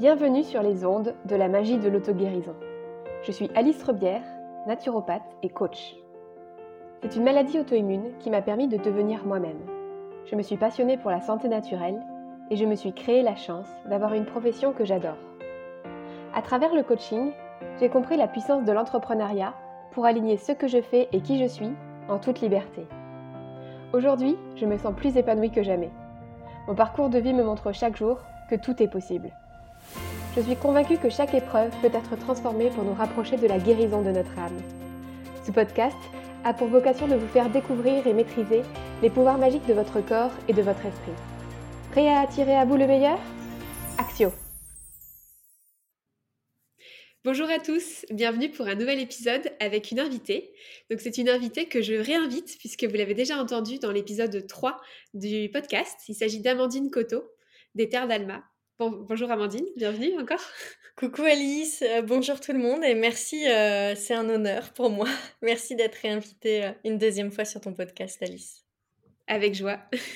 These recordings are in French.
Bienvenue sur les ondes de la magie de l'auto-guérison. Je suis Alice Rebière, naturopathe et coach. C'est une maladie auto-immune qui m'a permis de devenir moi-même. Je me suis passionnée pour la santé naturelle et je me suis créé la chance d'avoir une profession que j'adore. À travers le coaching, j'ai compris la puissance de l'entrepreneuriat pour aligner ce que je fais et qui je suis en toute liberté. Aujourd'hui, je me sens plus épanouie que jamais. Mon parcours de vie me montre chaque jour que tout est possible. Je suis convaincue que chaque épreuve peut être transformée pour nous rapprocher de la guérison de notre âme. Ce podcast a pour vocation de vous faire découvrir et maîtriser les pouvoirs magiques de votre corps et de votre esprit. Prêt à attirer à vous le meilleur ? Axio! Bonjour à tous, bienvenue pour un nouvel épisode avec une invitée. Donc c'est une invitée que je réinvite puisque vous l'avez déjà entendue dans l'épisode 3 du podcast. Il s'agit d'Amandine Coteau, des Terres d'Alma. Bonjour Amandine, bienvenue encore. Coucou Alice, bonjour tout le monde et merci, c'est un honneur pour moi. Merci d'être réinvitée une deuxième fois sur ton podcast Alice. Avec joie.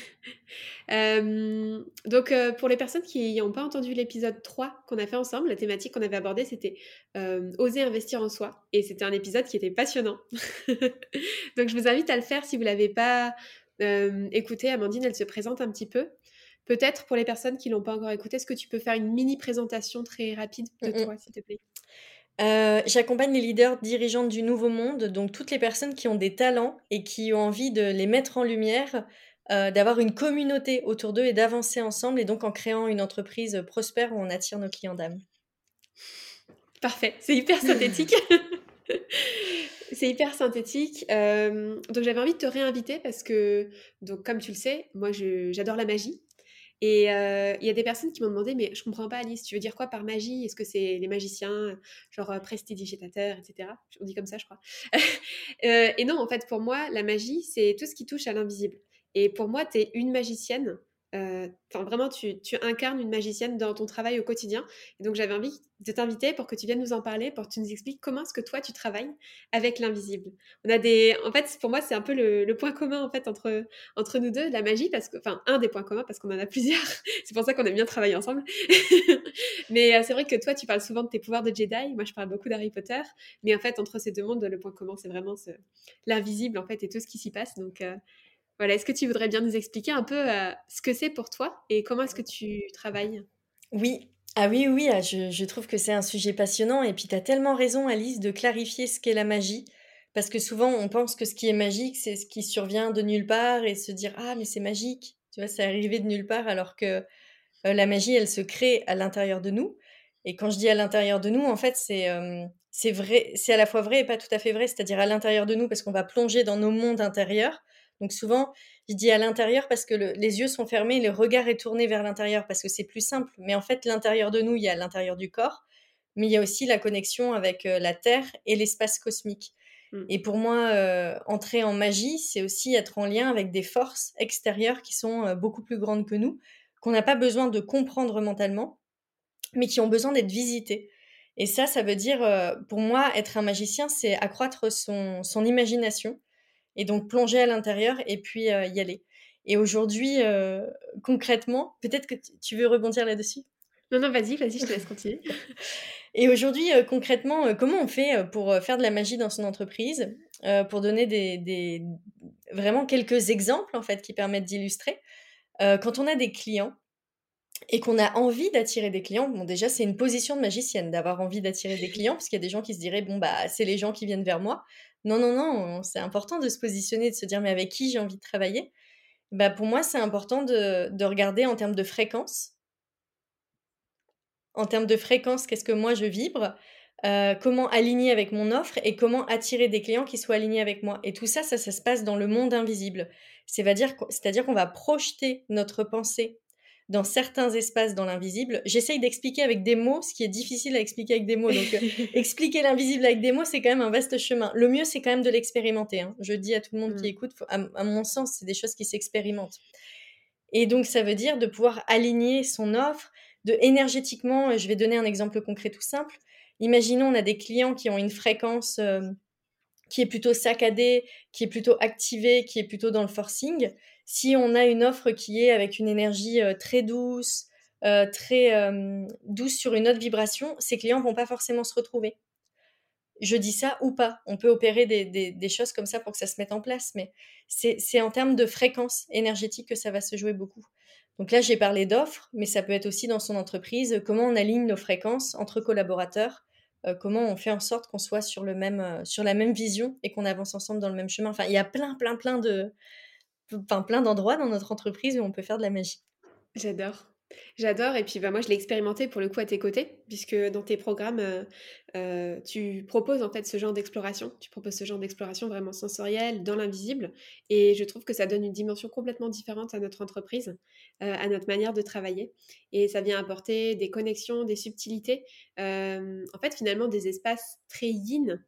Pour les personnes qui n'ont pas entendu l'épisode 3 qu'on a fait ensemble, la thématique qu'on avait abordée, c'était oser investir en soi. Et c'était un épisode qui était passionnant. Donc, je vous invite à le faire si vous ne l'avez pas écouté. Amandine, elle se présente un petit peu. Peut-être pour les personnes qui ne l'ont pas encore écouté, est-ce que tu peux faire une mini présentation très rapide de toi, s'il te plaît ? J'accompagne les leaders dirigeantes du nouveau monde, donc toutes les personnes qui ont des talents et qui ont envie de les mettre en lumière, d'avoir une communauté autour d'eux et d'avancer ensemble et donc en créant une entreprise prospère où on attire nos clients d'âme. Parfait, c'est hyper synthétique. C'est hyper synthétique. Donc j'avais envie de te réinviter parce que, donc, comme tu le sais, moi j'adore la magie. Et il y a des personnes qui m'ont demandé, mais je comprends pas Alice, tu veux dire quoi par magie ? Est-ce que c'est les magiciens, genre prestidigitateurs, etc. On dit comme ça, je crois. Et non, en fait, pour moi, la magie, c'est tout ce qui touche à l'invisible. Et pour moi, tu es une magicienne. Vraiment, tu incarnes une magicienne dans ton travail au quotidien. Et donc, j'avais envie de t'inviter pour que tu viennes nous en parler, pour que tu nous expliques comment est-ce que toi, tu travailles avec l'invisible. En fait, pour moi, c'est un peu le point commun en fait entre nous deux, la magie, enfin, un des points communs, parce qu'on en a plusieurs. C'est pour ça qu'on aime bien travailler ensemble. Mais c'est vrai que toi, tu parles souvent de tes pouvoirs de Jedi. Moi, je parle beaucoup d'Harry Potter. Mais en fait, entre ces deux mondes, le point commun, c'est vraiment l'invisible en fait et tout ce qui s'y passe. Donc, voilà, est-ce que tu voudrais bien nous expliquer un peu ce que c'est pour toi et comment est-ce que tu travailles ? Oui, oui, je trouve que c'est un sujet passionnant et puis tu as tellement raison Alice de clarifier ce qu'est la magie, parce que souvent on pense que ce qui est magique, c'est ce qui survient de nulle part et se dire: «Ah mais c'est magique», tu vois? C'est arrivé de nulle part alors que, la magie elle se crée à l'intérieur de nous et quand je dis à l'intérieur de nous, en fait, c'est vrai, c'est à la fois vrai et pas tout à fait vrai. C'est-à-dire à l'intérieur de nous parce qu'on va plonger dans nos mondes intérieurs. Donc souvent, je dis à l'intérieur parce que les yeux sont fermés, le regard est tourné vers l'intérieur parce que c'est plus simple. Mais en fait, l'intérieur de nous, il y a l'intérieur du corps, mais il y a aussi la connexion avec la Terre et l'espace cosmique. Et pour moi, entrer en magie, c'est aussi être en lien avec des forces extérieures qui sont beaucoup plus grandes que nous, qu'on n'a pas besoin de comprendre mentalement, mais qui ont besoin d'être visitées. Et ça veut dire, pour moi, être un magicien, c'est accroître son imagination et donc plonger à l'intérieur et puis y aller. Et aujourd'hui, concrètement, peut-être que tu veux rebondir là-dessus ? Non, vas-y, je te laisse continuer. Et aujourd'hui, concrètement, comment on fait pour faire de la magie dans son entreprise ? Pour donner vraiment quelques exemples en fait qui permettent d'illustrer. Quand on a des clients et qu'on a envie d'attirer des clients, bon déjà c'est une position de magicienne d'avoir envie d'attirer des clients, parce qu'il y a des gens qui se diraient: «Bon bah, c'est les gens qui viennent vers moi». Non, non, non, c'est important de se positionner, de se dire: «Mais avec qui j'ai envie de travailler?» Bah, pour moi, c'est important de regarder en termes de fréquence. En termes de fréquence, qu'est-ce que moi je vibre? Comment aligner avec mon offre et comment attirer des clients qui soient alignés avec moi? Et tout ça, ça se passe dans le monde invisible. C'est-à-dire qu'on va projeter notre pensée dans certains espaces dans l'invisible. J'essaye d'expliquer avec des mots ce qui est difficile à expliquer avec des mots. Donc, expliquer l'invisible avec des mots, c'est quand même un vaste chemin. Le mieux, c'est quand même de l'expérimenter, hein. Je dis à tout le monde qui écoute, à mon sens, c'est des choses qui s'expérimentent. Et donc, ça veut dire de pouvoir aligner son offre, énergétiquement, je vais donner un exemple concret tout simple. Imaginons, on a des clients qui ont une fréquence qui est plutôt saccadée, qui est plutôt activée, qui est plutôt dans le forcing. Si on a une offre qui est avec une énergie très douce, très, douce sur une autre vibration, ces clients vont pas forcément se retrouver. Je dis ça ou pas. On peut opérer des choses comme ça pour que ça se mette en place, mais c'est en termes de fréquence énergétique que ça va se jouer beaucoup. Donc là, j'ai parlé d'offres, mais ça peut être aussi dans son entreprise, comment on aligne nos fréquences entre collaborateurs, comment on fait en sorte qu'on soit sur la même vision et qu'on avance ensemble dans le même chemin. Enfin, il y a plein d'endroits dans notre entreprise où on peut faire de la magie. J'adore. J'adore et puis, bah, moi, je l'ai expérimenté pour le coup à tes côtés, puisque dans tes programmes, tu proposes en fait ce genre d'exploration. Tu proposes ce genre d'exploration vraiment sensorielle, dans l'invisible et je trouve que ça donne une dimension complètement différente à notre entreprise, à notre manière de travailler et ça vient apporter des connexions, des subtilités, en fait, finalement, des espaces très yin,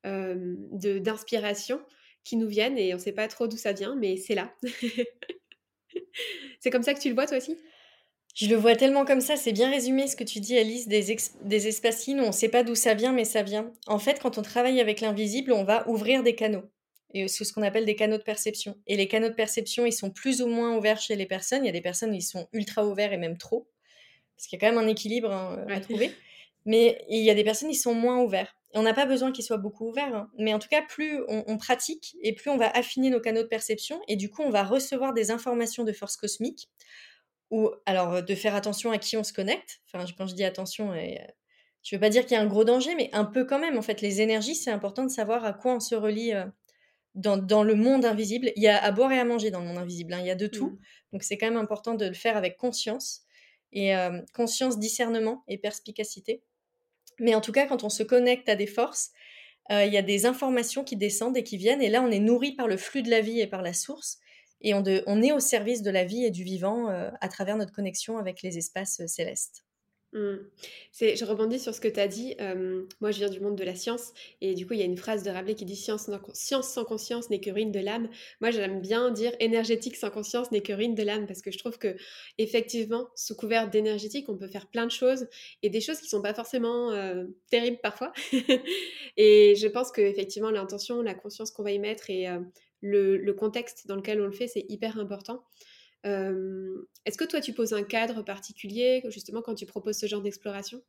de d'inspiration qui nous viennent et on sait pas trop d'où ça vient, mais c'est là. C'est comme ça que tu le vois toi aussi? Je le vois tellement comme ça, c'est bien résumé ce que tu dis Alice, des espacines où on ne sait pas d'où ça vient, mais ça vient. En fait, quand on travaille avec l'invisible, on va ouvrir des canaux. Et c'est ce qu'on appelle des canaux de perception. Et les canaux de perception, ils sont plus ou moins ouverts chez les personnes. Il y a des personnes où ils sont ultra ouverts et même trop, parce qu'il y a quand même un équilibre hein, à Ouais. trouver. Mais il y a des personnes qui sont moins ouverts. Et on n'a pas besoin qu'ils soient beaucoup ouverts, hein. Mais en tout cas, plus on pratique et plus on va affiner nos canaux de perception. Et du coup, on va recevoir des informations de force cosmique ou alors, de faire attention à qui on se connecte. Enfin, quand je dis attention je veux pas dire qu'il y a un gros danger, mais un peu quand même. En fait, les énergies, c'est important de savoir à quoi on se relie, dans le monde invisible. Il y a à boire et à manger dans le monde invisible, hein, il y a de tout. Mmh. Donc c'est quand même important de le faire avec conscience et conscience, discernement et perspicacité. Mais en tout cas, quand on se connecte à des forces, il y a des informations qui descendent et qui viennent et là, on est nourri par le flux de la vie et par la source et on est au service de la vie et du vivant, à travers notre connexion avec les espaces, célestes. Mmh. Je rebondis sur ce que tu as dit. Moi, je viens du monde de la science et du coup, il y a une phrase de Rabelais qui dit: «Science sans conscience n'est que ruine de l'âme». Moi, j'aime bien dire: «Énergétique sans conscience n'est que ruine de l'âme» parce que je trouve que effectivement, sous couvert d'énergétique, on peut faire plein de choses et des choses qui sont pas forcément, terribles parfois et je pense qu'effectivement, l'intention, la conscience qu'on va y mettre et le contexte dans lequel on le fait, c'est hyper important. Est-ce que toi, tu poses un cadre particulier, justement, quand tu proposes ce genre d'exploration?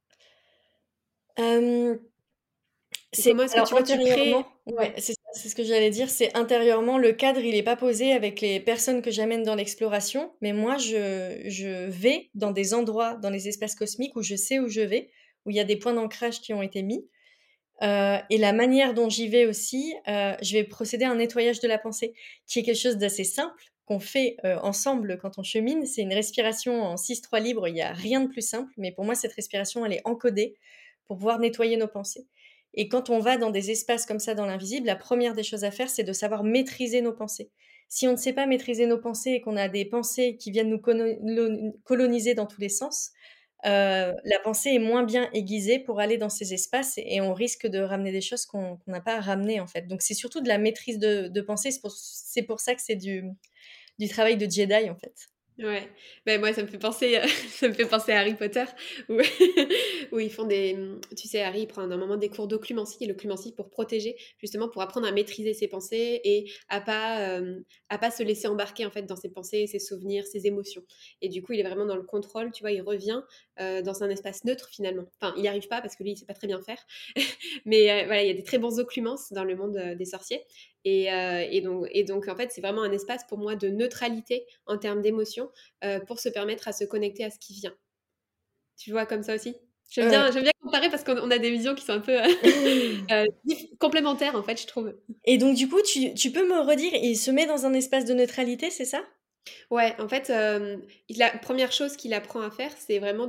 Hem, Ou c'est comment est-ce que, alors tu vois, tu crées intérieurement, ouais, ouais. c'est ça, c'est ce que j'allais dire, c'est intérieurement, le cadre, il est pas posé avec les personnes que j'amène dans l'exploration, mais moi, je vais dans des endroits, dans les espaces cosmiques où je sais où je vais, où il y a des points d'ancrage qui ont été mis. Et la manière dont j'y vais aussi, je vais procéder à un nettoyage de la pensée, qui est quelque chose d'assez simple, qu'on fait, ensemble quand on chemine. C'est une respiration en 6-3 libre, il y a rien de plus simple, mais pour moi, cette respiration, elle est encodée pour pouvoir nettoyer nos pensées. Et quand on va dans des espaces comme ça dans l'invisible, la première des choses à faire, c'est de savoir maîtriser nos pensées. Si on ne sait pas maîtriser nos pensées et qu'on a des pensées qui viennent nous coloniser dans tous les sens, la pensée est moins bien aiguisée pour aller dans ces espaces et on risque de ramener des choses qu'on n'a pas à ramener, en fait. Donc c'est surtout de la maîtrise de pensée. C'est pour ça que c'est du travail de Jedi, en fait. Ouais, ben moi ça me fait penser, ça me fait penser à Harry Potter où où ils font tu sais, Harry il prend un moment des cours d'occlumencie et l'occlumencie pour protéger, justement pour apprendre à maîtriser ses pensées et à pas se laisser embarquer en fait dans ses pensées, ses souvenirs, ses émotions et du coup, il est vraiment dans le contrôle, tu vois? Il revient, dans un espace neutre finalement. Enfin, il n'y arrive pas parce que lui, il sait pas très bien faire, mais voilà, il y a des très bons occlumences dans le monde, des sorciers et donc en fait, c'est vraiment un espace pour moi de neutralité en termes d'émotions, pour se permettre à se connecter à ce qui vient. Tu le vois comme ça aussi? Heu J'aime bien comparer parce qu'on a des visions qui sont un peu, complémentaires en fait, je trouve. et donc du coup, tu peux me redire, il se met dans un espace de neutralité, c'est ça? Ouais, en fait, la première chose qu'il apprend à faire, c'est vraiment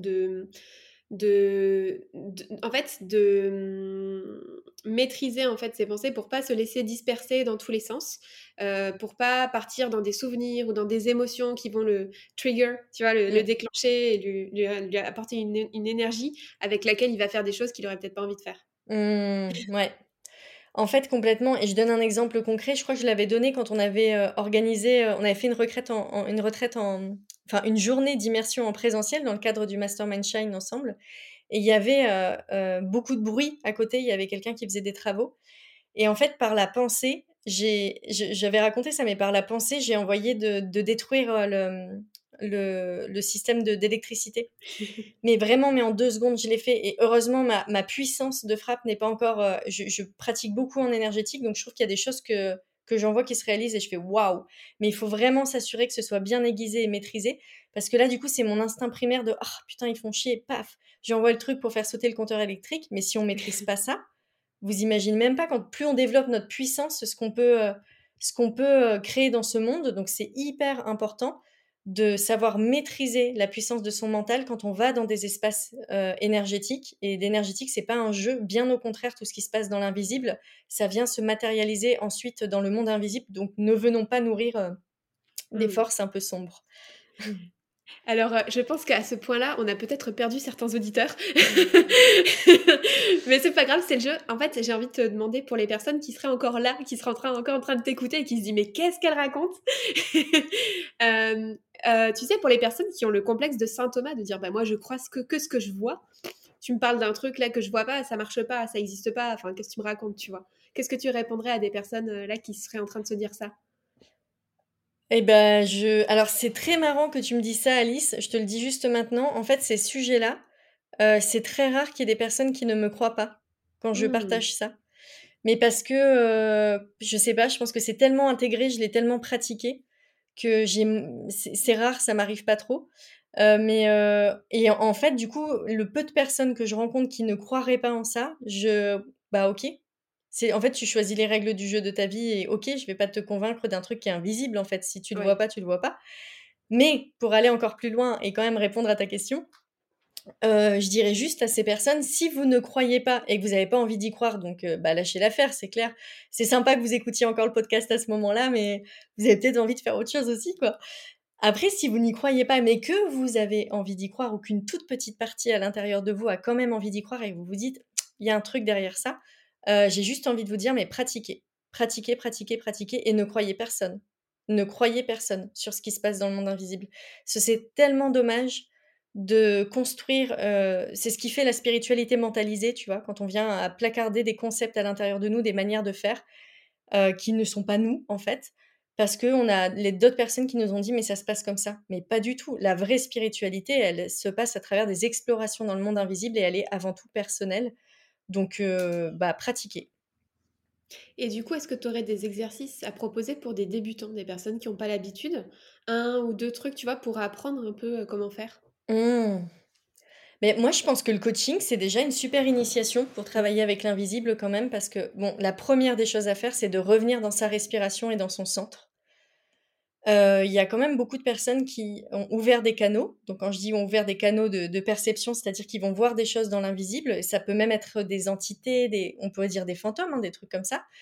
en fait, maîtriser, en fait, ses pensées pour pas se laisser disperser dans tous les sens, pour pas partir dans des souvenirs ou dans des émotions qui vont le trigger, tu vois? Le Mmh. déclencher et lui apporter une énergie avec laquelle il va faire des choses qu'il aurait peut-être pas envie de faire. Mmh, ouais. En fait, complètement et je donne un exemple concret. Je crois que je l'avais donné quand on avait, organisé, on avait fait une retraite en enfin, une journée d'immersion en présentiel dans le cadre du Mastermind Shine ensemble et il y avait, beaucoup de bruit à côté. Il y avait quelqu'un qui faisait des travaux Et en fait, par la pensée, j'avais raconté ça, mais par la pensée, j'ai envoyé de détruire le système d'électricité. Mais vraiment, mais en 2 secondes, je l'ai fait. Et heureusement, ma puissance de frappe n'est pas encore. Je pratique beaucoup en énergétique, donc je trouve qu'il y a des choses que j'envoie qui se réalisent et je fais waouh! Mais il faut vraiment s'assurer que ce soit bien aiguisé et maîtrisé. Parce que là, du coup, c'est mon instinct primaire de ah putain, ils font chier, paf! J'envoie le truc pour faire sauter le compteur électrique. Mais si on maîtrise pas ça, vous imaginez même pas quand plus on développe notre puissance, ce qu'on peut créer dans ce monde. Donc c'est hyper important de savoir maîtriser la puissance de son mental quand on va dans des espaces énergétiques. Et l'énergétique, c'est pas un jeu, bien au contraire, tout ce qui se passe dans l'invisible, ça vient se matérialiser ensuite dans le monde invisible. Donc ne venons pas nourrir des Mmh. forces un peu sombres. Alors, je pense qu'à ce point-là, on a peut-être perdu certains auditeurs. Mais c'est pas grave, c'est le jeu. En fait, j'ai envie de te demander pour les personnes qui seraient encore là, qui seraient encore en train de t'écouter et qui se disent: «Mais qu'est-ce qu'elle raconte?» Hem, Tu sais, pour les personnes qui ont le complexe de saint Thomas, de dire: «Bah, moi, je crois que ce que je vois. Tu me parles d'un truc là que je vois pas, ça marche pas, ça existe pas, enfin, qu'est-ce que tu me racontes?» Tu vois? Qu'est-ce que tu répondrais à des personnes, là, qui seraient en train de se dire ça? Eh ben, alors c'est très marrant que tu me dis ça, Alice. Je te le dis juste maintenant. En fait, ces sujets-là, c'est très rare qu'il y ait des personnes qui ne me croient pas quand je Mmh. partage ça. Mais parce que, je sais pas, je pense que c'est tellement intégré, je l'ai tellement pratiqué que c'est rare, ça m'arrive pas trop. Et en fait, du coup, le peu de personnes que je rencontre qui ne croiraient pas en ça, bah, OK. En fait, tu choisis les règles du jeu de ta vie et OK, je vais pas te convaincre d'un truc qui est invisible, en fait. Si tu le vois Ouais. pas, tu le vois pas. Mais pour aller encore plus loin et quand même répondre à ta question, je dirais juste à ces personnes, si vous ne croyez pas et que vous n'avez pas envie d'y croire, donc bah, lâchez l'affaire, c'est clair. C'est sympa que vous écoutiez encore le podcast à ce moment-là, mais vous avez peut-être envie de faire autre chose aussi, quoi. Après, si vous n'y croyez pas, mais que vous avez envie d'y croire ou qu'une toute petite partie à l'intérieur de vous a quand même envie d'y croire et que vous vous dites: «Il y a un truc derrière ça», j'ai juste envie de vous dire: «Mais pratiquez. Pratiquez, pratiquez, pratiquez et ne croyez personne. Ne croyez personne sur ce qui se passe dans le monde invisible». C'est tellement dommage de construire, c'est ce qui fait la spiritualité mentalisée, tu vois? Quand on vient à placarder des concepts à l'intérieur de nous, des manières de faire, qui ne sont pas nous, en fait. Parce qu'on a les d'autres personnes qui nous ont dit: «Mais ça se passe comme ça». Mais pas du tout. La vraie spiritualité, elle se passe à travers des explorations dans le monde invisible et elle est avant tout personnelle. Donc bah, pratiquez. Et du coup, est-ce que tu aurais des exercices à proposer pour des débutants, des personnes qui ont pas l'habitude? Un ou 2 trucs, tu vois, pour apprendre un peu, comment faire? Mmh. Mais moi, je pense que le coaching, c'est déjà une super initiation pour travailler avec l'invisible quand même parce que, bon, la première des choses à faire, c'est de revenir dans sa respiration et dans son centre. Il y a quand même beaucoup de personnes qui ont ouvert des canaux. Donc quand je dis ont ouvert des canaux de perception, c'est-à-dire qu'ils vont voir des choses dans l'invisible et ça peut même être des entités, on pourrait dire des fantômes, hein, des trucs comme ça.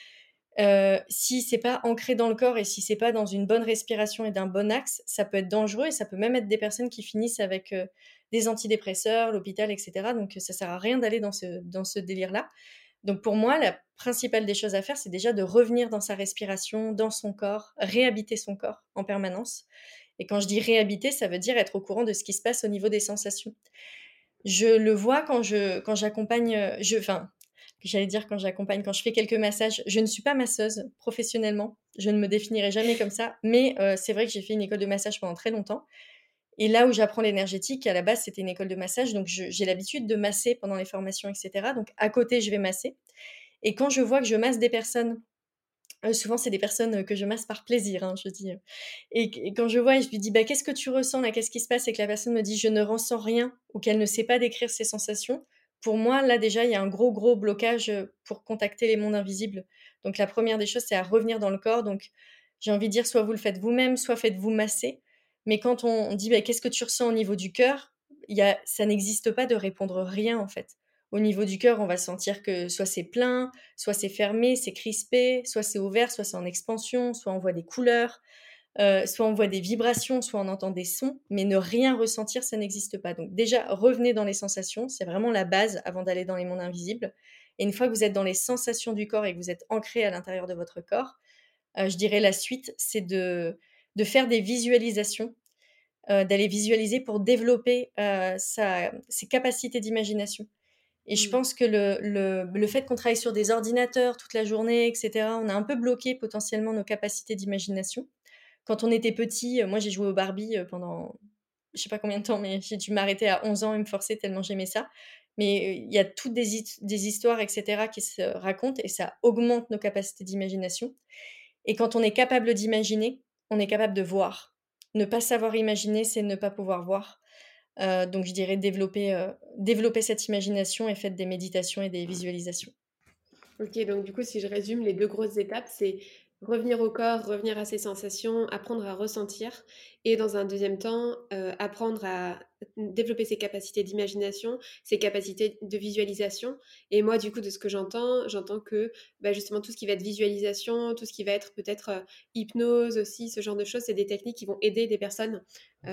Si c'est pas ancré dans le corps et si c'est pas dans une bonne respiration et d'un bon axe, ça peut être dangereux et ça peut même être des personnes qui finissent avec, des antidépresseurs, l'hôpital et cetera. Donc ça sert à rien d'aller dans ce délire-là. Donc pour moi, la principale des choses à faire, c'est déjà de revenir dans sa respiration, dans son corps, réhabiter son corps en permanence. Et quand je dis réhabiter, ça veut dire être au courant de ce qui se passe au niveau des sensations. Je le vois quand j'accompagne, j'allais dire quand j'accompagne, quand je fais quelques massages. Je ne suis pas masseuse professionnellement, je ne me définirai jamais comme ça, mais c'est vrai que j'ai fait une école de massage pendant très longtemps et là où j'apprends l'énergétique, à la base, c'était une école de massage, donc j'ai l'habitude de masser pendant les formations et cetera, donc à côté, je vais masser et quand je vois que je masse des personnes, souvent c'est des personnes, que je masse par plaisir, hein, je dis, et quand je vois et je lui dis: «Bah, qu'est-ce que tu ressens là? Qu'est-ce qui se passe?» et que la personne me dit: «Je ne ressens rien» ou qu'elle ne sait pas décrire ses sensations, pour moi, là, déjà, il y a un gros, gros blocage, pour contacter les mondes invisibles. Donc la première des choses, c'est à revenir dans le corps. Donc j'ai envie de dire, soit vous le faites vous-même, soit faites-vous masser. Mais quand on dit: «Bah, qu'est-ce que tu ressens au niveau du cœur?» Ça n'existe pas de répondre rien, en fait. Au niveau du cœur, on va sentir que soit c'est plein, soit c'est fermé, c'est crispé, soit c'est ouvert, soit c'est en expansion, soit on voit des couleurs, soit on voit des vibrations, soit on entend des sons, mais ne rien ressentir, ça n'existe pas. Donc déjà, revenez dans les sensations, c'est vraiment la base avant d'aller dans les mondes invisibles. Et une fois que vous êtes dans les sensations du corps et que vous êtes ancré à l'intérieur de votre corps, je dirais la suite, c'est de faire des visualisations, d'aller visualiser pour développer, ses capacités d'imagination. Et je Mmh. pense que le fait qu'on travaille sur des ordinateurs toute la journée, et cetera, on a un peu bloqué potentiellement nos capacités d'imagination. Quand on était petit, moi j'ai joué aux Barbie, pendant je sais pas combien de temps, mais j'ai dû m'arrêter à 11 ans et me forcer tellement j'aimais ça. Mais, il y a toutes des histoires et cetera qui se racontent et ça augmente nos capacités d'imagination et quand on est capable d'imaginer, on est capable de voir. Ne pas savoir imaginer, c'est ne pas pouvoir voir. Donc je dirais développer cette imagination et faites des méditations et des visualisations. OK, donc du coup, si je résume, les 2 grosses étapes, c'est revenir au corps, revenir à ses sensations, apprendre à ressentir et dans un deuxième temps, apprendre à développer ses capacités d'imagination, ses capacités de visualisation et moi, du coup, de ce que j'entends que, bah, justement, tout ce qui va être visualisation, tout ce qui va être peut-être, hypnose aussi, ce genre de choses, c'est des techniques qui vont aider des personnes,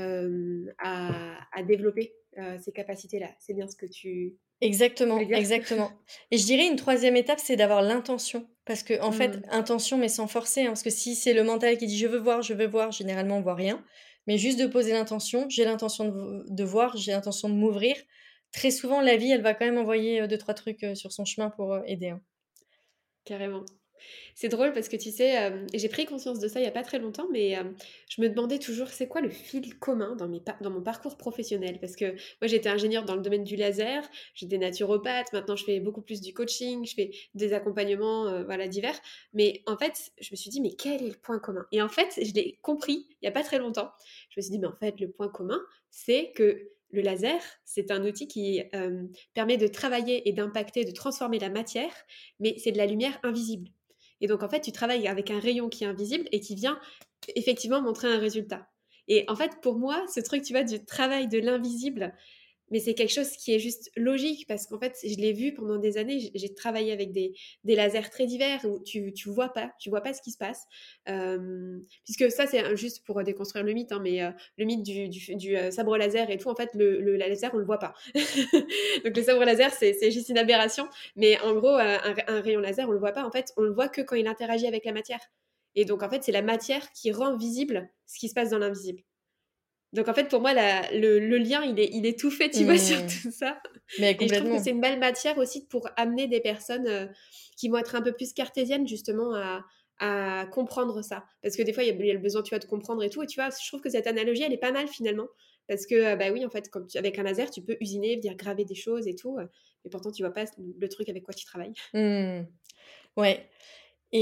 à développer, ces capacités-là. C'est bien ce que tu voulais Exactement, dire? exactement et je dirais une troisième étape, c'est d'avoir l'intention. Parce que en fait, Mmh. intention mais sans forcer, hein, parce que si c'est le mental qui dit: je veux voir», généralement on voit rien. Mais juste de poser l'intention, j'ai l'intention de voir, j'ai l'intention de m'ouvrir. Très souvent, la vie, elle va quand même envoyer, 2-3 trucs, sur son chemin pour, aider, hein. Carrément. C'est drôle parce que tu sais, j'ai pris conscience de ça il y a pas très longtemps, mais je me demandais toujours c'est quoi le fil commun dans mon parcours professionnel? Parce que moi j'étais ingénieure dans le domaine du laser, j'étais naturopathe, maintenant je fais beaucoup plus du coaching, je fais des accompagnements, voilà divers. Mais en fait, je me suis dit: «Mais quel est le point commun?» et en fait, je l'ai compris il y a pas très longtemps. Je me suis dit: «Mais en fait, le point commun, c'est que le laser, c'est un outil qui, permet de travailler et d'impacter, de transformer la matière, mais c'est de la lumière invisible». Et donc, en fait, tu travailles avec un rayon qui est invisible et qui vient effectivement montrer un résultat. Et en fait, pour moi, ce truc, tu vois, du travail de l'invisible, mais c'est quelque chose qui est juste logique parce qu'en fait, je l'ai vu pendant des années. J'ai travaillé avec des lasers très divers où tu vois pas ce qui se passe. Puisque ça, c'est juste pour déconstruire le mythe, hein, mais le mythe du sabre laser et tout, en fait, le laser, on le voit pas. Donc le sabre laser, c'est juste une aberration. Mais en gros, un rayon laser, on le voit pas. En fait, on le voit que quand il interagit avec la matière. Et donc, en fait, c'est la matière qui rend visible ce qui se passe dans l'invisible. Donc en fait, pour moi, le lien, il est tout fait, tu vois, sur Mmh. tout ça. Mais Et je trouve que complètement. c'est une belle matière aussi pour amener des personnes qui vont être un peu plus cartésiennes, justement, à comprendre ça. Parce que des fois, il y a le besoin, tu vois, de comprendre et tout. Et tu vois, je trouve que cette analogie, elle est pas mal finalement. Parce que, bah oui, en fait, avec un laser, tu peux usiner, venir graver des choses et tout. Mais pourtant, tu vois pas le truc avec quoi tu travailles. Mmh. Ouais et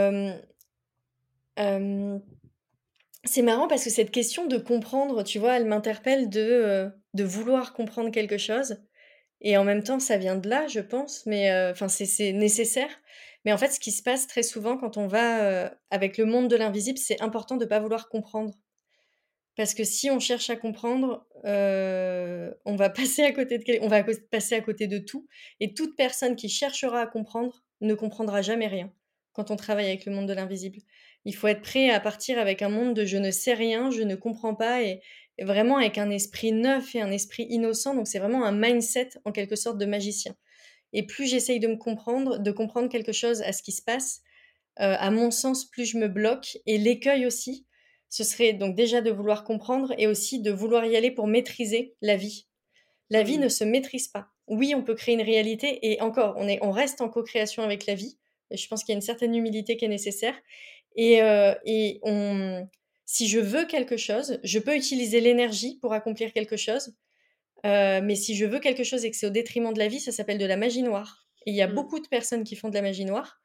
hem, c'est marrant parce que cette question de comprendre, tu vois, elle m'interpelle de vouloir comprendre quelque chose et en même temps, ça vient de là, je pense, mais enfin, c'est nécessaire. Mais en fait, ce qui se passe très souvent quand on va, avec le monde de l'invisible, c'est important de pas vouloir comprendre. Parce que si on cherche à comprendre, on va passer à côté on va passer à côté de tout et toute personne qui cherchera à comprendre ne comprendra jamais rien quand on travaille avec le monde de l'invisible. Il faut être prêt à partir avec un monde de «je ne sais rien, je ne comprends pas» et vraiment avec un esprit neuf et un esprit innocent. Donc c'est vraiment un mindset en quelque sorte de magicien et plus j'essaye de comprendre quelque chose à ce qui se passe, à mon sens, plus je me bloque et l'écueil aussi, ce serait donc déjà de vouloir comprendre et aussi de vouloir y aller pour maîtriser la vie. La vie ne Mmh. se maîtrise pas. Oui, on peut créer une réalité et encore, on reste en co-création avec la vie. Et je pense qu'il y a une certaine humilité qui est nécessaire et on si je veux quelque chose, je peux utiliser l'énergie pour accomplir quelque chose, mais si je veux quelque chose et que c'est au détriment de la vie, ça s'appelle de la magie noire et il y a Mmh. beaucoup de personnes qui font de la magie noire.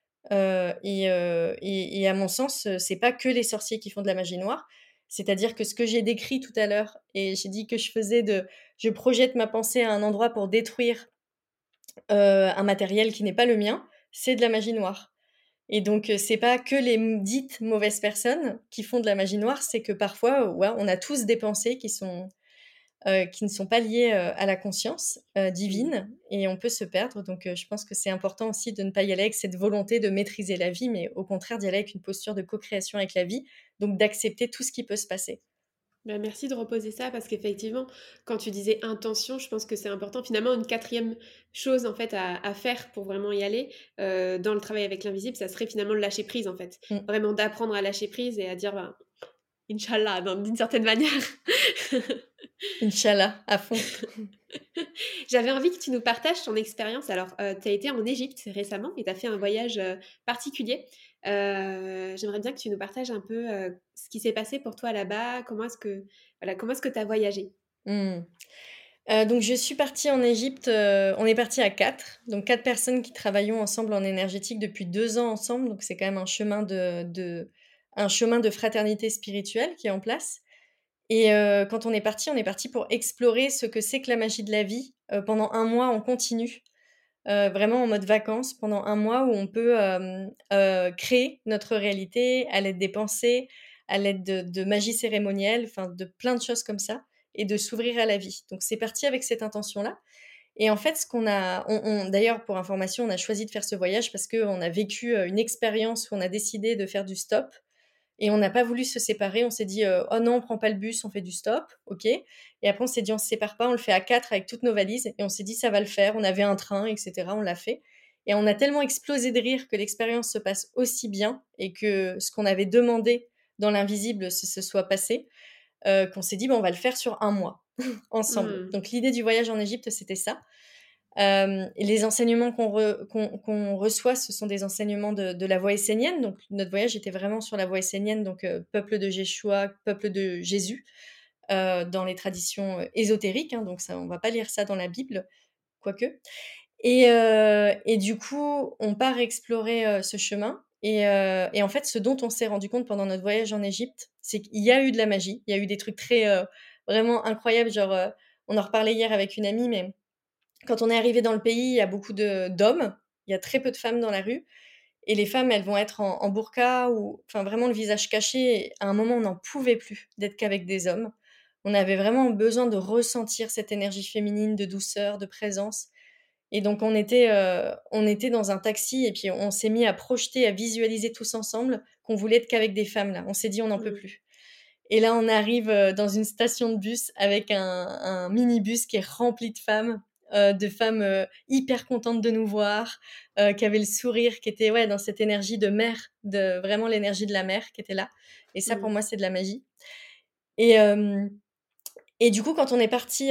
Et à mon sens, c'est pas que les sorciers qui font de la magie noire. C'est-à-dire que ce que j'ai décrit tout à l'heure et j'ai dit que je projette ma pensée à un endroit pour détruire, un matériel qui n'est pas le mien, c'est de la magie noire. Et donc, c'est pas que les dites mauvaises personnes qui font de la magie noire, c'est que parfois, ouais, on a tous des pensées qui ne sont pas liées, à la conscience, Mmh. divine et on peut se perdre donc je pense que c'est important aussi de ne pas y aller avec cette volonté de maîtriser la vie, mais au contraire d'y aller avec une posture de co-création avec la vie, donc d'accepter tout ce qui peut se passer. Bah, merci de reposer ça parce qu'effectivement, quand tu disais intention, je pense que c'est important. Finalement, une quatrième chose en fait à faire pour vraiment y aller dans le travail avec l'invisible, ça serait finalement le lâcher prise en fait. Mmh. Vraiment d'apprendre à lâcher prise et à dire, bah, Inch'Allah, d'une certaine manière. Inch'Allah, à fond. J'avais envie que tu nous partages ton expérience. Alors, tu as été en Égypte récemment et tu as fait un voyage, particulier. J'aimerais bien que tu nous partages un peu, ce qui s'est passé pour toi là-bas. Comment est-ce que tu as voyagé? Mmh. Donc je suis partie en Égypte, on est partis à 4, donc 4 personnes qui travaillons ensemble en énergétique depuis 2 ans ensemble, donc c'est quand même un chemin de fraternité spirituelle qui est en place et quand on est parti pour explorer ce que c'est que la magie de la vie, pendant un mois en continu, vraiment en mode vacances pendant un mois où on peut, créer notre réalité à l'aide des pensées, à l'aide de magie cérémonielle, enfin de plein de choses comme ça et de s'ouvrir à la vie. Donc c'est parti avec cette intention-là et en fait, ce qu'on a on d'ailleurs pour information, on a choisi de faire ce voyage parce qu'on a vécu, une expérience où on a décidé de faire du stop et on n'a pas voulu se séparer. On s'est dit, «Oh non, on prend pas le bus, on fait du stop, OK». Et après on s'est dit: «On se sépare pas, on le fait à 4 avec toutes nos valises» et on s'est dit: «Ça va le faire». On avait un train et cetera, on l'a fait et on a tellement explosé de rire que l'expérience se passe aussi bien et que ce qu'on avait demandé dans l'invisible se soit passé, qu'on s'est dit: «Bah, on va le faire sur un mois ensemble». Mmh. Donc l'idée du voyage en Égypte, c'était ça. Et les enseignements qu'on reçoit, ce sont des enseignements de la voie essénienne. Donc notre voyage était vraiment sur la voie essénienne, donc peuple de Jéshua, peuple de Jésus, dans les traditions, ésotériques, hein, donc ça, on va pas lire ça dans la Bible, quoique. Et du coup, on part explorer, ce chemin et en fait, ce dont on s'est rendu compte pendant notre voyage en Égypte, c'est qu'il y a eu de la magie. Il y a eu des trucs très, vraiment incroyables, genre, on en reparlait hier avec une amie, mais quand on est arrivé dans le pays, il y a beaucoup de d'hommes, il y a très peu de femmes dans la rue et les femmes, elles vont être en burqa ou enfin vraiment le visage caché et à un moment, on n'en pouvait plus d'être qu'avec des hommes. On avait vraiment besoin de ressentir cette énergie féminine de douceur, de présence et donc on était dans un taxi et puis on s'est mis à projeter, à visualiser tous ensemble qu'on voulait être qu'avec des femmes là. On s'est dit: «On n'en peut Mmh. plus». Et là, on arrive, dans une station de bus avec un minibus qui est rempli de femmes, hyper contentes de nous voir, qui avaient le sourire, qui étaient, ouais, dans cette énergie de mer, de vraiment l'énergie de la mer qui était là et ça, pour Mmh. moi, c'est de la magie et hem et du coup, quand on est parti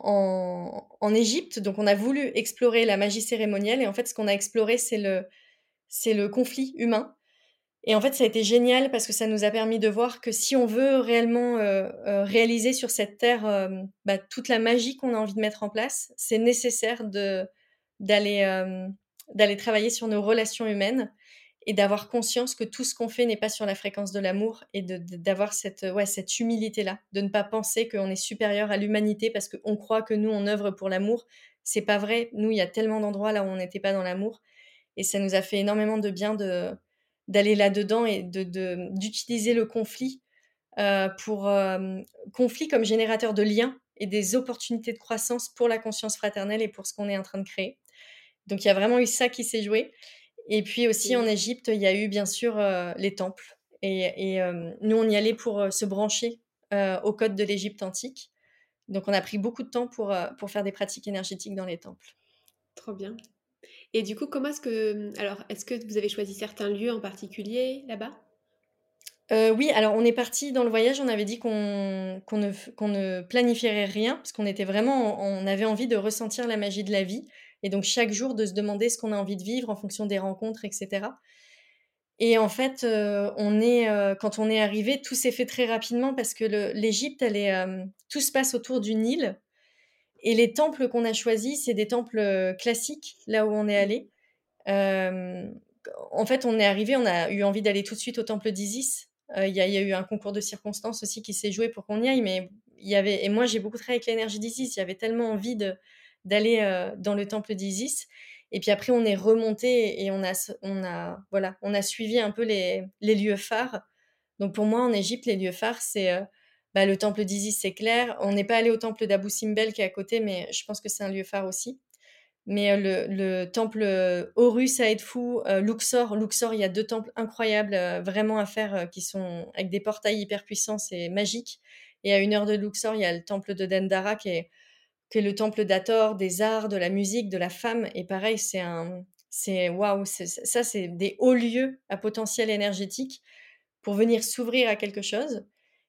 en Égypte, donc on a voulu explorer la magie cérémonielle et en fait, ce qu'on a exploré, c'est le conflit humain et en fait, ça a été génial parce que ça nous a permis de voir que si on veut réellement, réaliser sur cette terre, bah, toute la magie qu'on a envie de mettre en place, c'est nécessaire d'aller, d'aller travailler sur nos relations humaines et d'avoir conscience que tout ce qu'on fait n'est pas sur la fréquence de l'amour et d'avoir cette, ouais, cette humilité-là, de ne pas penser qu'on est supérieur à l'humanité parce qu'on croit que nous, on œuvre pour l'amour. C'est pas vrai. Nous, il y a tellement d'endroits là où on n'était pas dans l'amour et ça nous a fait énormément de bien d'aller là-dedans et d'utiliser le conflit, pour, conflit comme générateur de liens et des opportunités de croissance pour la conscience fraternelle et pour ce qu'on est en train de créer. Donc il y a vraiment eu ça qui s'est joué et puis aussi en Mmh. Égypte, il y a eu bien sûr, les temples et nous on y allait pour, se brancher, au code de l'Égypte antique. Donc on a pris beaucoup de temps pour faire des pratiques énergétiques dans les temples. Trop bien. Et du coup, comment est-ce que, alors, est-ce que vous avez choisi certains lieux en particulier là-bas? Oui, alors on est parti dans le voyage, on avait dit qu'on ne planifierait rien parce qu'on était vraiment on avait envie de ressentir la magie de la vie et donc chaque jour de se demander ce qu'on a envie de vivre en fonction des rencontres et cetera et en fait, quand on est arrivé, tout s'est fait très rapidement parce que l'Égypte, tout se passe autour du Nil et les temples qu'on a choisis, c'est des temples, classiques, là où on est Mmh. allé. Hem, En fait, on est arrivé, on a eu envie d'aller tout de suite au temple d'Isis. Il y a eu un concours de circonstances aussi qui s'est joué pour qu'on y aille, mais il y avait et moi, j'ai beaucoup travaillé avec l'énergie d'Isis. Il y avait tellement envie d'aller, dans le temple d'Isis et puis après on est remonté et voilà, on a suivi un peu les lieux phares. Donc pour moi, en Égypte, les lieux phares, c'est, bah, le temple d'Isis, c'est clair. On n'est pas allé au temple d'Abou Simbel qui est à côté, mais je pense que c'est un lieu phare aussi. Mais, le temple, Horus à Edfou, Luxor, il y a 2 temples incroyables, vraiment à faire, qui sont avec des portails hyper puissants, c'est magique et à 1 heure de Luxor, il y a le temple de Dendara qui est le temple d'Hathor, des arts, de la musique, de la femme et pareil, c'est waouh, ça, c'est des hauts lieux à potentiel énergétique pour venir s'ouvrir à quelque chose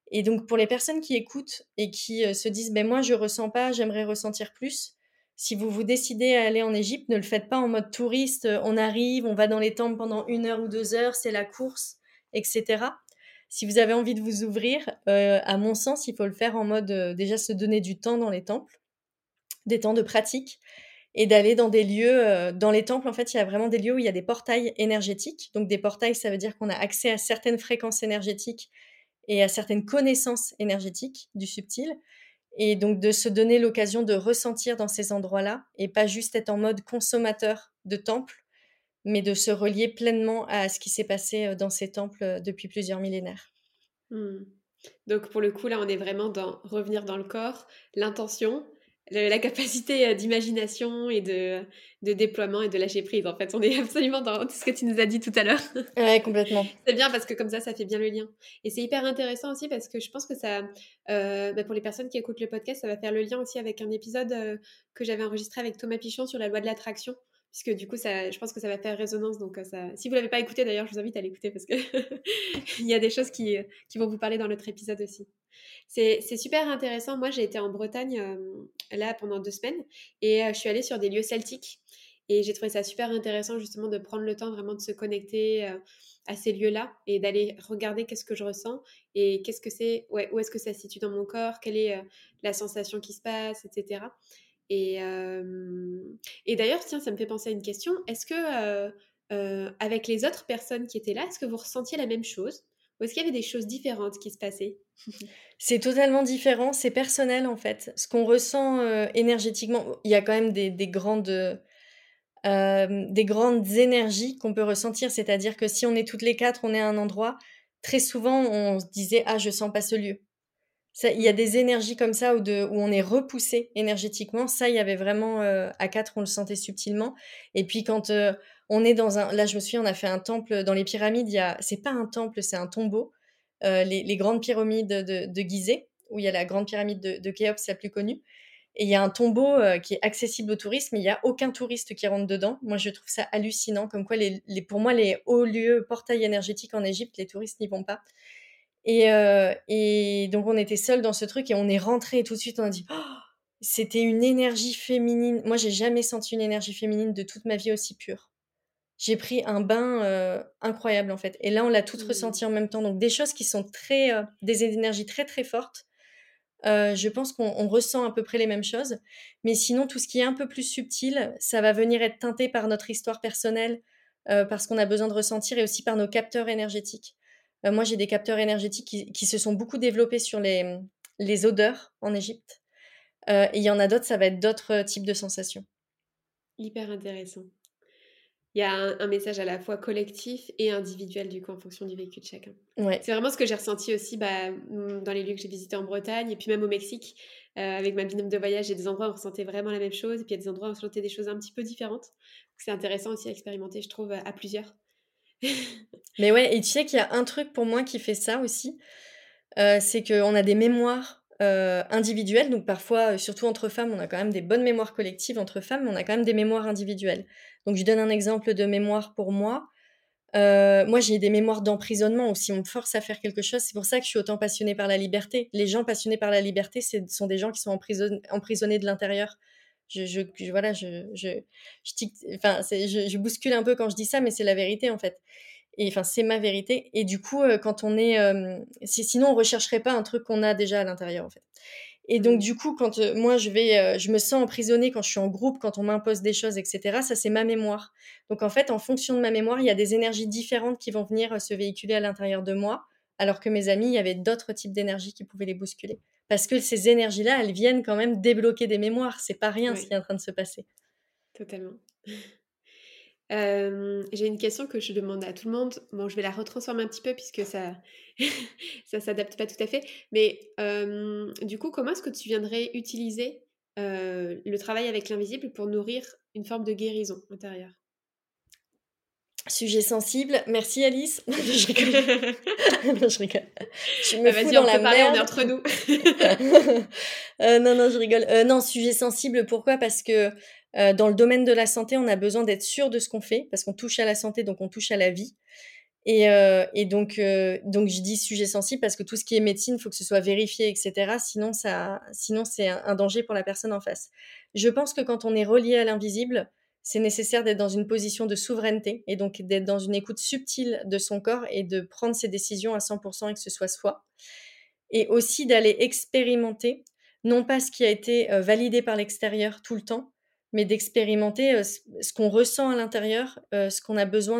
Et donc, pour les personnes qui écoutent et qui se disent, ben moi, je ressens pas, j'aimerais ressentir plus. Si vous vous décidez à aller en Égypte, ne le faites pas en mode touriste. On arrive, on va dans les temples pendant 1 heure ou 2 heures, c'est la course, etc. Si vous avez envie de vous ouvrir, à mon sens, il faut le faire en mode déjà se donner du temps dans les temples, des temps de pratique, et d'aller dans des lieux. Dans les temples, en fait, il y a vraiment des lieux où il y a des portails énergétiques. Donc, des portails, ça veut dire qu'on a accès à certaines fréquences énergétiques et à certaines connaissances énergétiques du subtil. Et donc de se donner l'occasion de ressentir dans ces endroits-là et pas juste être en mode consommateur de temples, mais de se relier pleinement à ce qui s'est passé dans ces temples depuis plusieurs millénaires. Mmh. Donc pour le coup, là, on est vraiment dans revenir dans le corps, l'intention, la capacité d'imagination et de déploiement et de lâcher prise. En fait, on est absolument dans tout ce que tu nous as dit tout à l'heure. Ouais, complètement. C'est bien parce que comme ça fait bien le lien. Et c'est hyper intéressant aussi parce que je pense que ça, pour les personnes qui écoutent le podcast, ça va faire le lien aussi avec un épisode que j'avais enregistré avec Thomas Pichon sur la loi de l'attraction. Puisque du coup, ça, je pense que ça va faire résonance. Donc, ça, si vous l'avez pas écouté, d'ailleurs, je vous invite à l'écouter parce que il y a des choses qui vont vous parler dans notre épisode aussi. C'est super intéressant. Moi, j'ai été en Bretagne là pendant 2 semaines et je suis allée sur des lieux celtiques. Et j'ai trouvé ça super intéressant justement de prendre le temps vraiment de se connecter à ces lieux-là et d'aller regarder qu'est-ce que je ressens et qu'est-ce que c'est, ouais, où est-ce que ça se situe dans mon corps, quelle est la sensation qui se passe, etc. Et, et d'ailleurs, tiens, ça me fait penser à une question. Est-ce que avec les autres personnes qui étaient là, est-ce que vous ressentiez la même chose ou est-ce qu'il y avait des choses différentes qui se passaient? C'est totalement différent, c'est personnel en fait. Ce qu'on ressent énergétiquement, il y a quand même des grandes énergies qu'on peut ressentir. C'est-à-dire que si on est toutes les quatre, on est à un endroit, très souvent on se disait ah je sens pas ce lieu. Il y a Mm. des énergies comme ça où on est repoussé énergétiquement. Ça, il y avait vraiment à 4, on le sentait subtilement. Et puis quand on est dans un... Là, je me souviens, on a fait un temple dans les pyramides. C'est pas un temple, c'est un tombeau. Les grandes pyramides de Gizeh, où il y a la grande pyramide de Khéops, la plus connue. Et il y a un tombeau qui est accessible au tourisme, mais il n'y a aucun touriste qui rentre dedans. Moi, je trouve ça hallucinant. Comme quoi, pour moi, les hauts lieux, portails énergétiques en Égypte, les touristes n'y vont pas. Et donc, on était seuls dans ce truc et on est rentré tout de suite. On a dit, oh, c'était une énergie féminine. Moi, j'ai jamais senti une énergie féminine de toute ma vie aussi pure. J'ai pris un bain incroyable en fait. Et là, on l'a toutes Mm. ressenti en même temps. Donc, des choses qui sont des énergies très très fortes. Je pense qu'on ressent à peu près les mêmes choses. Mais sinon, tout ce qui est un peu plus subtil, ça va venir être teinté par notre histoire personnelle, parce qu'on a besoin de ressentir et aussi par nos capteurs énergétiques. Moi, j'ai des capteurs énergétiques qui se sont beaucoup développés sur les odeurs en Égypte. Et il y en a d'autres, ça va être d'autres types de sensations. Hyper intéressant. Il y a un message à la fois collectif et individuel, du coup, en fonction du vécu de chacun. Ouais. C'est vraiment ce que j'ai ressenti aussi dans les lieux que j'ai visités en Bretagne et puis même au Mexique. Avec ma binôme de voyage, il y a des endroits où on ressentait vraiment la même chose et puis il y a des endroits où on ressentait des choses un petit peu différentes. Donc, c'est intéressant aussi à expérimenter, je trouve, à plusieurs. Mais ouais, et tu sais qu'il y a un truc pour moi qui fait ça aussi, c'est qu'on a des mémoires individuelles. Donc parfois, surtout entre femmes, on a quand même des bonnes mémoires collectives entre femmes, mais on a quand même des mémoires individuelles. Donc je donne un exemple de mémoire pour moi. Moi, j'ai des mémoires d'emprisonnement où si on me force à faire quelque chose, c'est pour ça que je suis autant passionnée par la liberté. Les gens passionnés par la liberté, sont des gens qui sont emprisonnés de l'intérieur. Voilà, enfin, je bouscule un peu quand je dis ça, mais c'est la vérité en fait. Et enfin, c'est ma vérité. Et du coup, quand on est, sinon on rechercherait pas un truc qu'on a déjà à l'intérieur en fait. Et donc Mm. du coup, quand moi je me sens emprisonnée quand je suis en groupe, quand on m'impose des choses, etc. Ça c'est ma mémoire. Donc en fait, en fonction de ma mémoire, il y a des énergies différentes qui vont venir se véhiculer à l'intérieur de moi, alors que mes amis, il y avait d'autres types d'énergies qui pouvaient les bousculer. Parce que ces énergies-là, elles viennent quand même débloquer des mémoires. C'est pas rien ce qui Ouais, est en train de se passer. totalement. J'ai une question que je demande à tout le monde. Bon, je vais la retransformer un petit peu puisque ça ça s'adapte pas tout à fait. Mais du coup, comment est-ce que tu viendrais utiliser le travail avec l'invisible pour nourrir une forme de guérison intérieure? Sujet sensible. Merci Alice. Non, je rigole. Non, je rigole. Je me Bah, fous vas-y, dans on la peut parler, on est merde. entre nous. Non, non, je rigole. Non, sujet sensible, pourquoi? Parce que dans le domaine de la santé, on a besoin d'être sûr de ce qu'on fait, parce qu'on touche à la santé, donc on touche à la vie. Et donc je dis sujet sensible parce que tout ce qui est médecine, il faut que ce soit vérifié, etc. Sinon c'est un danger pour la personne en face. Je pense que quand on est relié à l'invisible, c'est nécessaire d'être dans une position de souveraineté et donc d'être dans une écoute subtile de son corps et de prendre ses décisions à 100% et que ce soit soi. Et aussi d'aller expérimenter, non pas ce qui a été validé par l'extérieur tout le temps, mais d'expérimenter ce qu'on ressent à l'intérieur, ce qu'on a besoin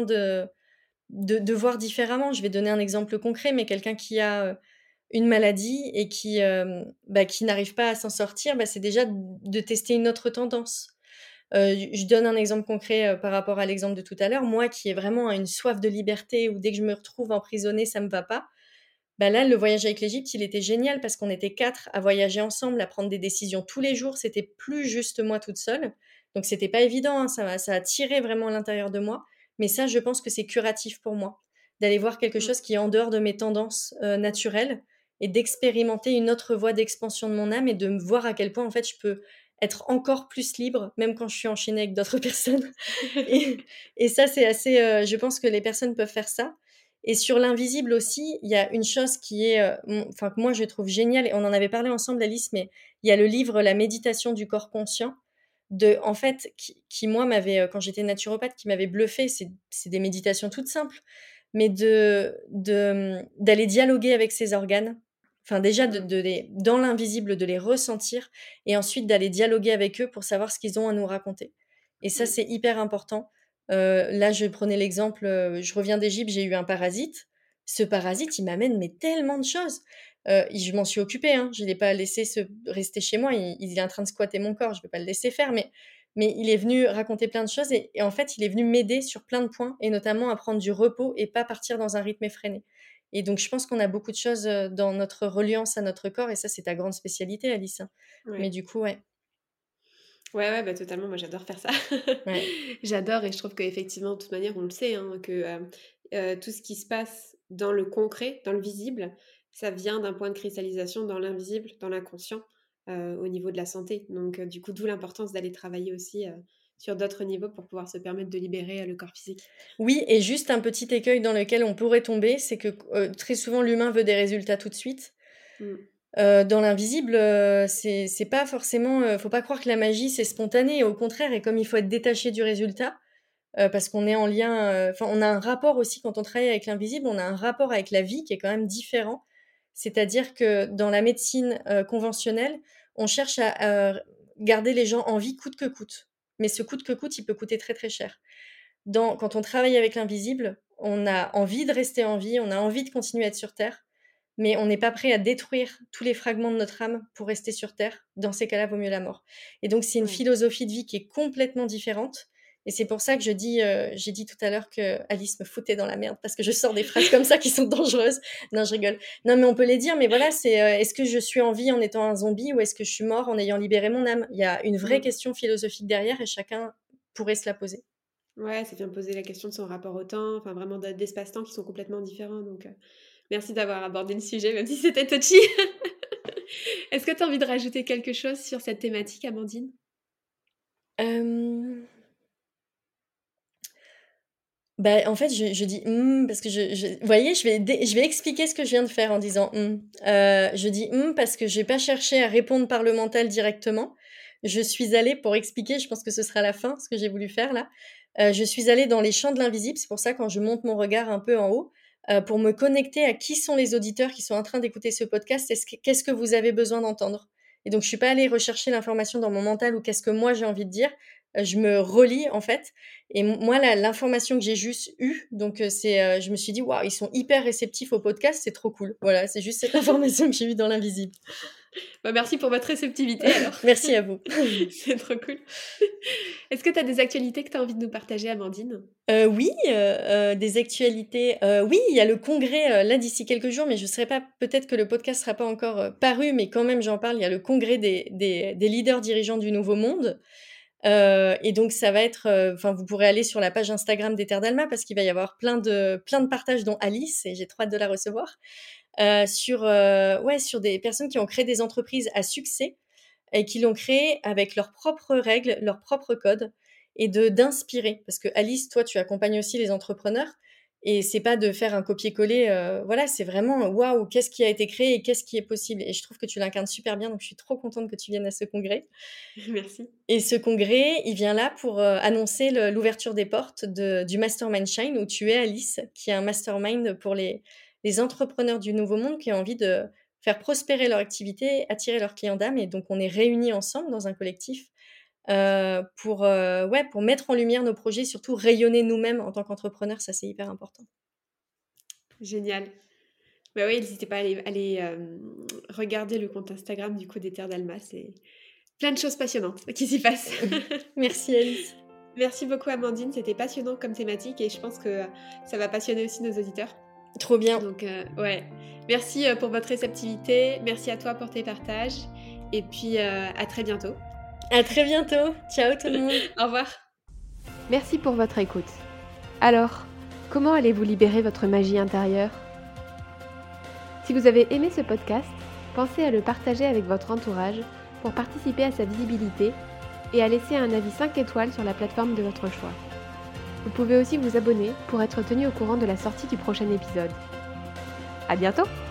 de voir différemment. Je vais donner un exemple concret, mais quelqu'un qui a une maladie et qui n'arrive pas à s'en sortir, c'est déjà de tester une autre tendance. Je donne un exemple concret par rapport à l'exemple de tout à l'heure. Moi qui ai vraiment une soif de liberté, où dès que je me retrouve emprisonnée, ça me va pas. Là, le voyage avec l'Égypte, il était génial parce qu'on était 4 à voyager ensemble, à prendre des décisions tous les jours. C'était plus juste moi toute seule. Donc c'était pas évident, hein, ça a tiré vraiment à l'intérieur de moi. Mais ça, je pense que c'est curatif pour moi, d'aller voir quelque Mmh. chose qui est en dehors de mes tendances naturelles et d'expérimenter une autre voie d'expansion de mon âme et de me voir à quel point en fait je peux être encore plus libre, même quand je suis enchaînée avec d'autres personnes. Et, et ça, c'est assez. Je pense que les personnes peuvent faire ça. Et sur l'invisible aussi, il y a une chose qui est, enfin que moi je trouve géniale, et on en avait parlé ensemble, Alice, mais il y a le livre La méditation du corps conscient, en fait, qui moi m'avait, quand j'étais naturopathe, qui m'avait bluffé. C'est des méditations toutes simples, mais d'aller dialoguer avec ses organes. Enfin déjà Mmh. dans l'invisible, de les ressentir, et ensuite d'aller dialoguer avec eux pour savoir ce qu'ils ont à nous raconter. Et ça, Mmh. c'est hyper important. Là, je prenais l'exemple, je reviens d'Égypte, j'ai eu un parasite. Ce parasite, il m'amène mais tellement de choses. Je m'en suis occupée, hein, je l'ai pas laissé rester chez moi, il est en train de squatter mon corps, je peux pas le laisser faire, mais il est venu raconter plein de choses et en fait, il est venu m'aider sur plein de points et notamment à prendre du repos et pas partir dans un rythme effréné. Et donc je pense qu'on a beaucoup de choses, dans notre reliance à notre corps, et ça, c'est ta grande spécialité, Alice, hein. Mais Ouais. du coup, ouais, Ouais, ouais, totalement, moi j'adore faire ça. ouais. J'adore et je trouve qu'effectivement, de toute manière, on le sait, hein, que, tout ce qui se passe dans le concret, dans le visible, ça vient d'un point de cristallisation dans l'invisible, dans l'inconscient, au niveau de la santé. Donc, du coup, d'où l'importance d'aller travailler aussi, sur d'autres niveaux pour pouvoir se permettre de libérer, le corps physique. Oui, et juste un petit écueil dans lequel on pourrait tomber, c'est que, très souvent l'humain veut des résultats tout de suite. Mmh. Dans l'invisible, c'est pas forcément, faut pas croire que la magie, c'est spontané. Au contraire, et comme il faut être détaché du résultat, parce qu'on est en lien, enfin, on a un rapport aussi quand on travaille avec l'invisible, on a un rapport avec la vie qui est quand même différent. C'est-à-dire que dans la médecine, conventionnelle, on cherche à garder les gens en vie coûte que coûte. Mais ce coûte que coûte, il peut coûter très, très cher. Quand on travaille avec l'invisible, on a envie de rester en vie, on a envie de continuer à être sur terre, mais on n'est pas prêt à détruire tous les fragments de notre âme pour rester sur terre. Dans ces cas-là, vaut mieux la mort. Et donc c'est une Ouais. philosophie de vie qui est complètement différente, et c'est pour ça que j'ai dit tout à l'heure que Alice me foutait dans la merde parce que je sors des phrases comme ça qui sont dangereuses. Non, je rigole. Non, mais on peut les dire, mais voilà, est-ce que je suis en vie en étant un zombie ou est-ce que je suis mort en ayant libéré mon âme? Il y a une vraie Mmh. question philosophique derrière et chacun pourrait se la poser. Ouais, ça vient poser la question de son rapport au temps, enfin vraiment d'espace-temps qui sont complètement différents, donc merci d'avoir abordé le sujet, même si c'était touchy. Est-ce que tu as envie de rajouter quelque chose sur cette thématique, Amandine? Hem en fait, je dis: parce que vous voyez, je vais expliquer ce que je viens de faire en disant: Je dis: parce que j'ai pas cherché à répondre par le mental directement. Je suis allée pour expliquer, je pense que ce sera la fin, ce que j'ai voulu faire là. Je suis allée dans les champs de l'invisible. C'est pour ça, quand je monte mon regard un peu en haut, pour me connecter à qui sont les auditeurs qui sont en train d'écouter ce podcast. Qu'est-ce que vous avez besoin d'entendre? Et donc je suis pas allée rechercher l'information dans mon mental ou qu'est-ce que moi j'ai envie de dire. Je me relie en fait, et moi, l'information que j'ai juste eue, donc je me suis dit: «Waouh, ils sont hyper réceptifs au podcast, c'est trop cool». Voilà, c'est juste cette information que j'ai eue dans l'invisible. Merci pour votre réceptivité alors. Merci à vous. C'est trop cool. Est-ce que tu as des actualités que tu as envie de nous partager, Amandine? Oui, des actualités, oui, il y a le congrès, là, d'ici quelques jours, mais je serai pas, peut-être que le podcast sera pas encore, paru, mais quand même j'en parle. Il y a le congrès des leaders dirigeants du Nouveau Monde, et donc ça va être, enfin, vous pourrez aller sur la page Instagram d'Ether Dalma parce qu'il va y avoir plein de partages, dont Alice, et j'ai trop hâte de la recevoir. Sur des personnes qui ont créé des entreprises à succès et qui l'ont créé avec leurs propres règles, leurs propres codes, et d'inspirer. Parce que Alice, toi, tu accompagnes aussi les entrepreneurs. Et c'est pas de faire un copier-coller, voilà, c'est vraiment waouh, qu'est-ce qui a été créé et qu'est-ce qui est possible? Et je trouve que tu l'incarnes super bien, donc je suis trop contente que tu viennes à ce congrès. Merci. Et ce congrès, il vient là pour, annoncer l'ouverture des portes du Mastermind Shine où tu es Alice, qui est un mastermind pour les entrepreneurs du nouveau monde qui ont envie de faire prospérer leur activité, attirer leurs clients d'âme et donc on est réunis ensemble dans un collectif, ouais, pour mettre en lumière nos projets, surtout rayonner nous-mêmes en tant qu'entrepreneurs, ça c'est hyper important. Génial. Bah oui, n'hésitez pas à aller regarder le compte Instagram du coup des Terres d'Alma, c'est plein de choses passionnantes qui s'y passent. Merci Alice. Merci beaucoup Amandine, c'était passionnant comme thématique et je pense que ça va passionner aussi nos auditeurs. Trop bien. Donc ouais, merci pour votre réceptivité, merci à toi pour tes partages et puis à très bientôt. À très bientôt. Ciao tout le monde. Au revoir. Merci pour votre écoute. Alors, comment allez-vous libérer votre magie intérieure ? Si vous avez aimé ce podcast, pensez à le partager avec votre entourage pour participer à sa visibilité et à laisser un avis 5 étoiles sur la plateforme de votre choix. Vous pouvez aussi vous abonner pour être tenu au courant de la sortie du prochain épisode. À bientôt!